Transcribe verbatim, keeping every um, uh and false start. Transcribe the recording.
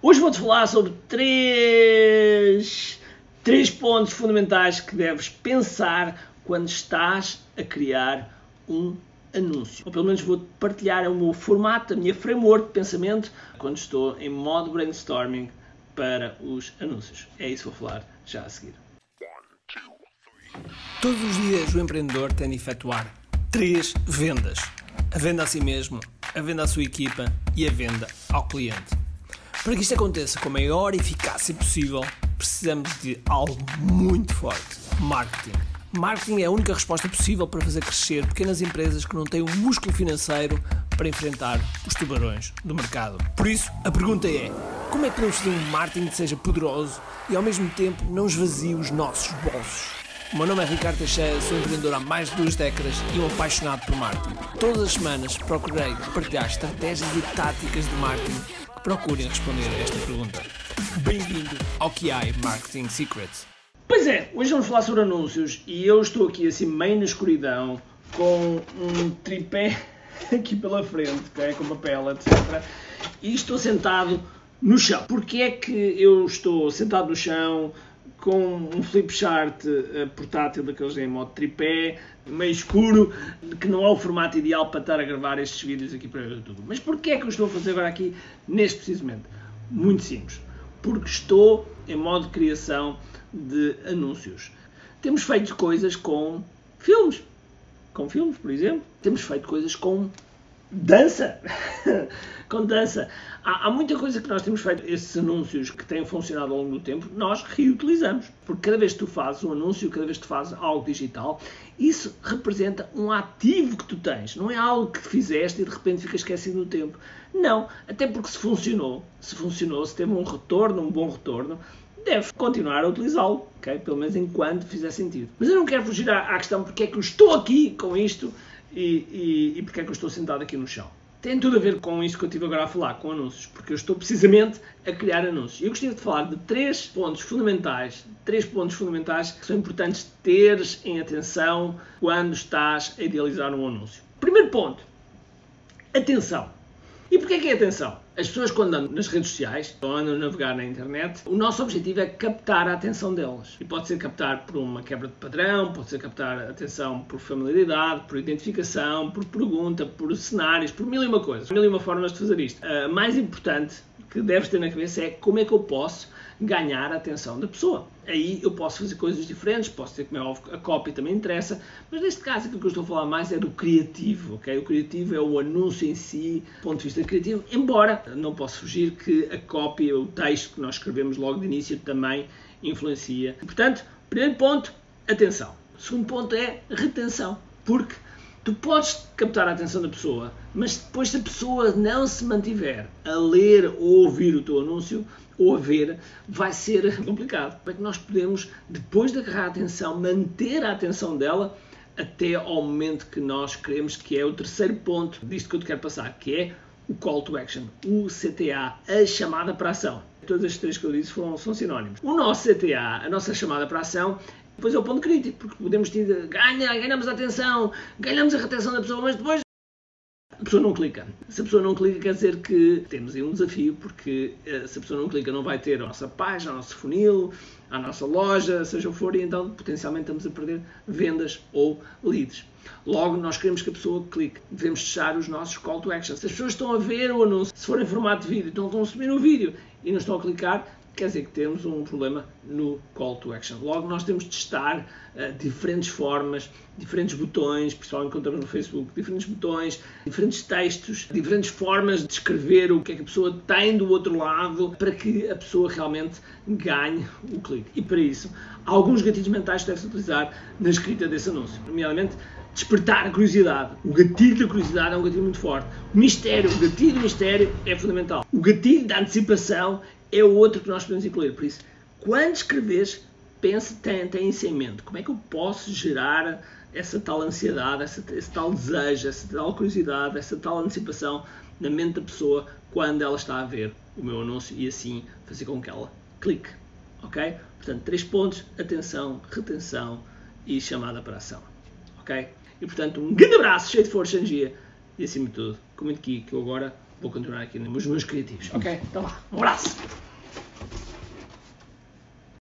Hoje vou-te falar sobre três, três pontos fundamentais que deves pensar quando estás a criar um anúncio. Ou pelo menos vou-te partilhar o meu formato, a minha framework de pensamento quando estou em modo brainstorming para os anúncios. É isso que vou falar já a seguir. Todos os dias o empreendedor tem de efetuar três vendas. A venda a si mesmo, a venda à sua equipa e a venda ao cliente. Para que isto aconteça com a maior eficácia possível, precisamos de algo muito forte: marketing. Marketing é a única resposta possível para fazer crescer pequenas empresas que não têm o músculo financeiro para enfrentar os tubarões do mercado. Por isso, a pergunta é: como é que podemos fazer um marketing que seja poderoso e ao mesmo tempo não esvazie os nossos bolsos? O meu nome é Ricardo Teixeira, sou empreendedor há mais de duas décadas e um apaixonado por marketing. Todas as semanas procurei partilhar estratégias e táticas de marketing que procurem responder a esta pergunta. Bem-vindo ao Q I Marketing Secrets. Pois é, hoje vamos falar sobre anúncios e eu estou aqui assim meio na escuridão com um tripé aqui pela frente, okay, com papel, etcétera. E estou sentado no chão. Porquê é que eu estou sentado no chão com um flip chart uh, portátil daqueles em modo tripé, meio escuro, que não é o formato ideal para estar a gravar estes vídeos aqui para o YouTube. Mas porquê é que eu estou a fazer agora aqui neste preciso momento? Muito simples. Porque estou em modo de criação de anúncios. Temos feito coisas com filmes. Com filmes, por exemplo. Temos feito coisas com dança. com dança. Há, há muita coisa que nós temos feito, esses anúncios que têm funcionado ao longo do tempo, nós reutilizamos. Porque cada vez que tu fazes um anúncio, cada vez que tu fazes algo digital, isso representa um ativo que tu tens. Não é algo que fizeste e de repente fica esquecido no tempo. Não. Até porque se funcionou, se funcionou, se teve um retorno, um bom retorno, deve continuar a utilizá-lo, okay? Pelo menos enquanto fizer sentido. Mas eu não quero fugir à, à questão porque é que eu estou aqui com isto e, e, e porque é que eu estou sentado aqui no chão. Tem tudo a ver com isso que eu estive agora a falar, com anúncios, porque eu estou precisamente a criar anúncios. Eu gostaria de falar de três pontos fundamentais, três pontos fundamentais que são importantes teres em atenção quando estás a idealizar um anúncio. Primeiro ponto, atenção. E porquê que é atenção? As pessoas quando andam nas redes sociais, ou andam a navegar na internet, o nosso objetivo é captar a atenção delas. E pode ser captar por uma quebra de padrão, pode ser captar a atenção por familiaridade, por identificação, por pergunta, por cenários, por mil e uma coisas. Mil e uma formas de fazer isto. A mais importante que deves ter na cabeça é como é que eu posso ganhar a atenção da pessoa. Aí eu posso fazer coisas diferentes, posso ter, como é óbvio, a cópia também interessa, mas neste caso aquilo que eu estou a falar mais é do criativo, ok? O criativo é o anúncio em si, do ponto de vista criativo, embora não possa fugir que a cópia, o texto que nós escrevemos logo de início também influencia. Portanto, primeiro ponto, atenção. O segundo ponto é retenção, porque tu podes captar a atenção da pessoa, mas depois se a pessoa não se mantiver a ler ou ouvir o teu anúncio, ou a ver, vai ser complicado. Como é que nós podemos, depois de agarrar a atenção, manter a atenção dela até ao momento que nós queremos, que é o terceiro ponto disto que eu te quero passar, que é o Call to Action, o C T A, a chamada para a ação. Todas as três que eu disse foram, são sinónimos. O nosso C T A, a nossa chamada para a ação, depois é o ponto crítico, porque podemos ter, ganha, ganhamos a atenção, ganhamos a retenção da pessoa, mas depois a pessoa não clica. Se a pessoa não clica, quer dizer que temos aí um desafio, porque se a pessoa não clica, não vai ter a nossa página, o nosso funil, a nossa loja, seja o que for, e então potencialmente estamos a perder vendas ou leads. Logo, nós queremos que a pessoa clique. Devemos fechar os nossos call to action. Se as pessoas estão a ver o anúncio, se for em formato de vídeo, então estão a subir o vídeo e não estão a clicar, quer dizer que temos um problema no call to action. Logo, nós temos de testar uh, diferentes formas, diferentes botões, principalmente quando estamos no Facebook, diferentes botões, diferentes textos, diferentes formas de escrever o que é que a pessoa tem do outro lado para que a pessoa realmente ganhe o clique. E para isso, há alguns gatilhos mentais que deve-se utilizar na escrita desse anúncio, nomeadamente despertar a curiosidade. O gatilho da curiosidade é um gatilho muito forte. O mistério, o gatilho do mistério é fundamental. O gatilho da antecipação é o outro que nós podemos incluir. Por isso, quando escreves, pense, tem, tem isso em mente. Como é que eu posso gerar essa tal ansiedade, essa, esse tal desejo, essa tal curiosidade, essa tal antecipação na mente da pessoa quando ela está a ver o meu anúncio e assim fazer com que ela clique. Ok? Portanto, três pontos: atenção, retenção e chamada para a ação. Ok? E portanto, um grande abraço, cheio de força e energia e acima de tudo, com muito aqui que eu agora vou continuar aqui nos meus criativos. Ok? Então vá, um abraço!